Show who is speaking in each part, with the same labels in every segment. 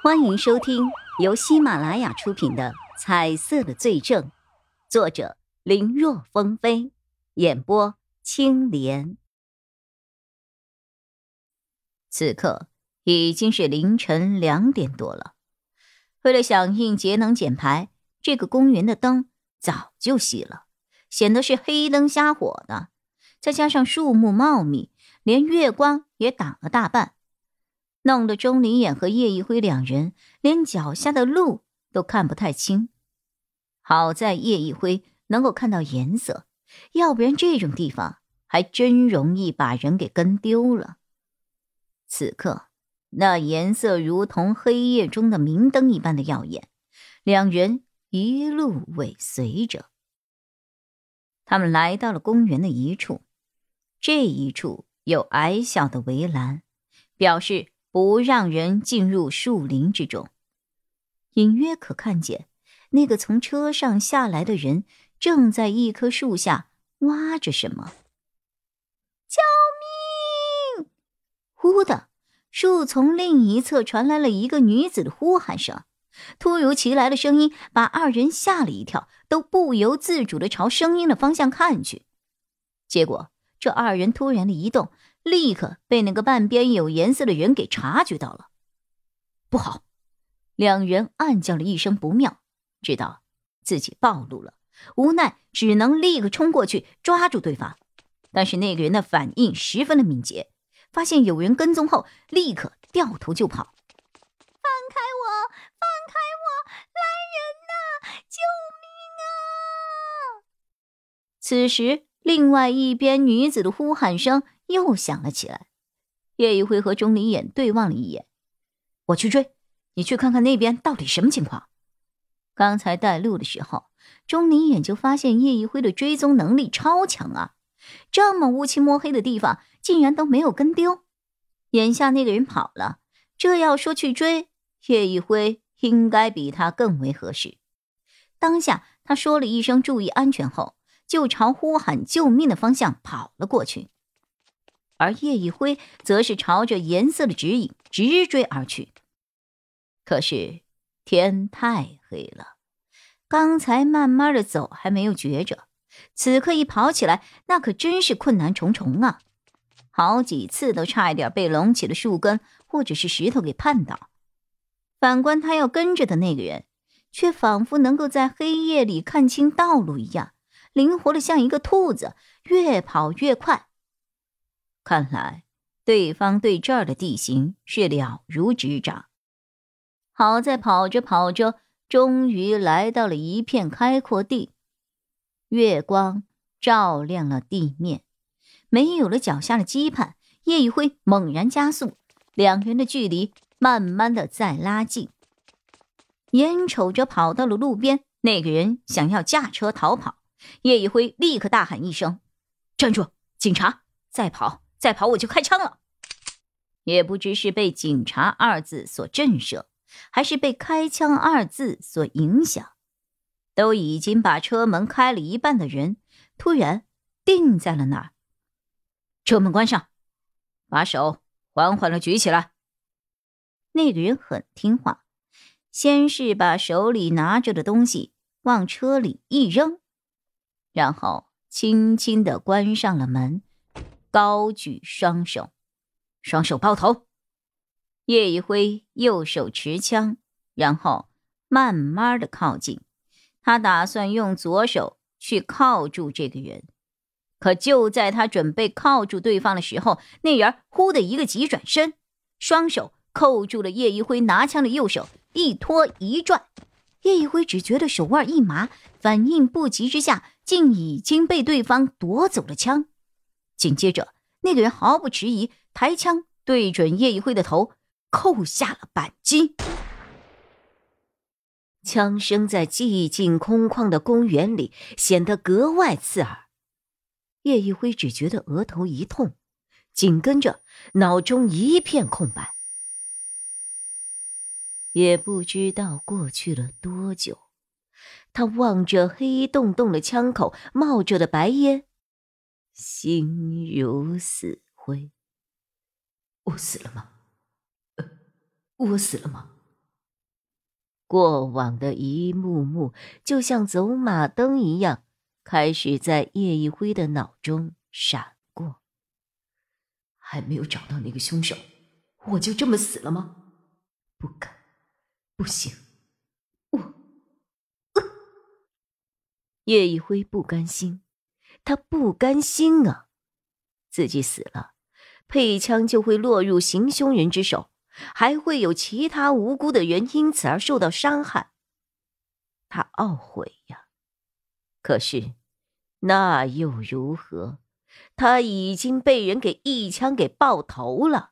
Speaker 1: 欢迎收听由喜马拉雅出品的《彩色的罪证》，作者林若风飞，演播青莲。此刻已经是凌晨2点多了。为了响应节能减排，这个公园的灯早就熄了，显得是黑灯瞎火的。再加上树木茂密，连月光也挡了大半，弄得钟离眼和叶一辉两人连脚下的路都看不太清。好在叶一辉能够看到颜色，要不然这种地方还真容易把人给跟丢了。此刻那颜色如同黑夜中的明灯一般的耀眼，两人一路尾随着。他们来到了公园的一处，这一处有矮小的围栏，表示不让人进入树林之中。隐约可看见那个从车上下来的人正在一棵树下挖着什么。救命！忽的，树丛另一侧传来了一个女子的呼喊声，突如其来的声音把二人吓了一跳，都不由自主地朝声音的方向看去。结果这二人突然的移动，立刻被那个半边有颜色的人给察觉到了。不好！两人暗叫了一声不妙，知道自己暴露了，无奈只能立刻冲过去抓住对方。但是那个人的反应十分的敏捷，发现有人跟踪后立刻掉头就跑。放开我！放开我！来人呐！救命啊！此时另外一边女子的呼喊声又响了起来。叶一辉和钟离眼对望了一眼，我去追，你去看看那边到底什么情况。刚才带路的时候，钟离眼就发现叶一辉的追踪能力超强啊，这么乌漆摸黑的地方竟然都没有跟丢。眼下那个人跑了，这要说去追，叶一辉应该比他更为合适。当下他说了一声注意安全后，就朝呼喊救命的方向跑了过去。而叶一辉则是朝着颜色的指引直追而去。可是天太黑了，刚才慢慢的走还没有觉着，此刻一跑起来，那可真是困难重重啊！好几次都差一点被隆起的树根或者是石头给绊倒。反观他要跟着的那个人，却仿佛能够在黑夜里看清道路一样，灵活的像一个兔子，越跑越快。看来对方对这儿的地形是了如指掌。好在跑着跑着，终于来到了一片开阔地，月光照亮了地面，没有了脚下的羁绊，叶一辉猛然加速，两人的距离慢慢的在拉近。眼瞅着跑到了路边，那个人想要驾车逃跑，叶一辉立刻大喊一声：站住！警察！再跑我就开枪了！也不知是被警察二字所震慑，还是被开枪二字所影响，都已经把车门开了一半的人突然定在了那儿。车门关上，把手缓缓地举起来。那个人很听话，先是把手里拿着的东西往车里一扔，然后轻轻地关上了门，高举双手，双手抱头。叶一辉右手持枪，然后慢慢的靠近，他打算用左手去铐住这个人。可就在他准备铐住对方的时候，那人忽的一个急转身，双手扣住了叶一辉拿枪的右手，一拖一拽。叶一辉只觉得手腕一麻，反应不及之下，竟已经被对方夺走了枪。紧接着那个人毫不迟疑，抬枪对准叶一辉的头，扣下了扳机。枪声在寂静空旷的公园里显得格外刺耳。叶一辉只觉得额头一痛，紧跟着脑中一片空白。也不知道过去了多久，他望着黑洞洞的枪口冒着的白烟，心如死灰。我死了吗？我死了吗？
Speaker 2: 过往的一幕幕就像走马灯一样，开始在叶一辉的脑中闪过。
Speaker 3: 还没有找到那个凶手，我就这么死了吗？不敢，不行，
Speaker 2: 叶一辉不甘心，他不甘心啊！自己死了，配枪就会落入行凶人之手，还会有其他无辜的人因此而受到伤害。他懊悔呀，可是那又如何？他已经被人给一枪给爆头了。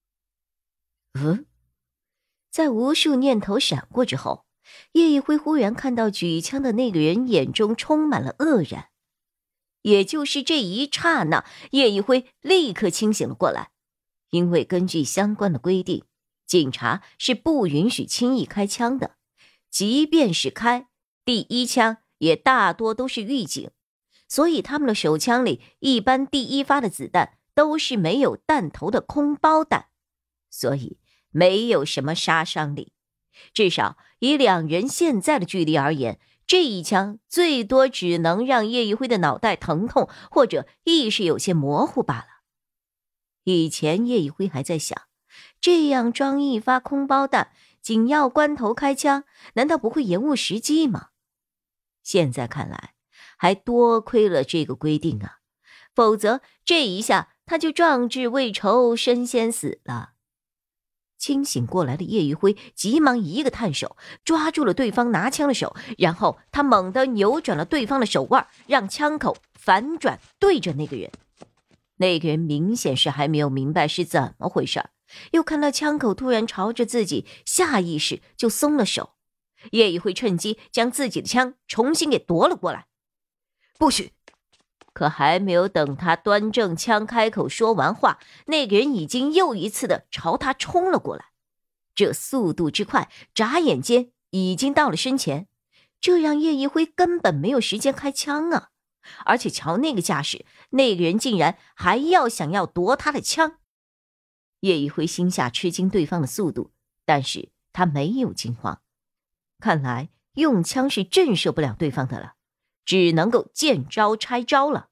Speaker 2: 在无数念头闪过之后，叶一辉忽然看到举枪的那个人眼中充满了愕然。也就是这一刹那，叶一辉立刻清醒了过来，因为根据相关的规定，警察是不允许轻易开枪的，即便是开，第一枪也大多都是预警，所以他们的手枪里一般第一发的子弹都是没有弹头的空包弹，所以没有什么杀伤力。至少以两人现在的距离而言，这一枪最多只能让叶一辉的脑袋疼痛或者意识有些模糊罢了。以前叶一辉还在想，这样装一发空包弹，紧要关头开枪，难道不会延误时机吗？现在看来，还多亏了这个规定啊，否则这一下他就壮志未酬身先死了。清醒过来的叶一辉急忙一个探手抓住了对方拿枪的手，然后他猛地扭转了对方的手腕，让枪口反转对着那个人。那个人明显是还没有明白是怎么回事，又看到枪口突然朝着自己，下意识就松了手。叶一辉趁机将自己的枪重新给夺了过来。不许！可还没有等他端正枪开口说完话，那个人已经又一次的朝他冲了过来，这速度之快，眨眼间已经到了身前，这让叶一辉根本没有时间开枪啊！而且瞧那个架势，那个人竟然还想要夺他的枪。叶一辉心下吃惊对方的速度，但是他没有惊慌，看来用枪是震慑不了对方的了，只能够见招拆招了。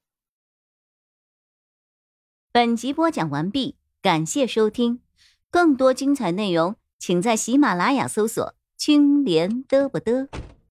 Speaker 1: 本集播讲完毕，感谢收听。更多精彩内容，请在喜马拉雅搜索“青莲嘚不嘚”。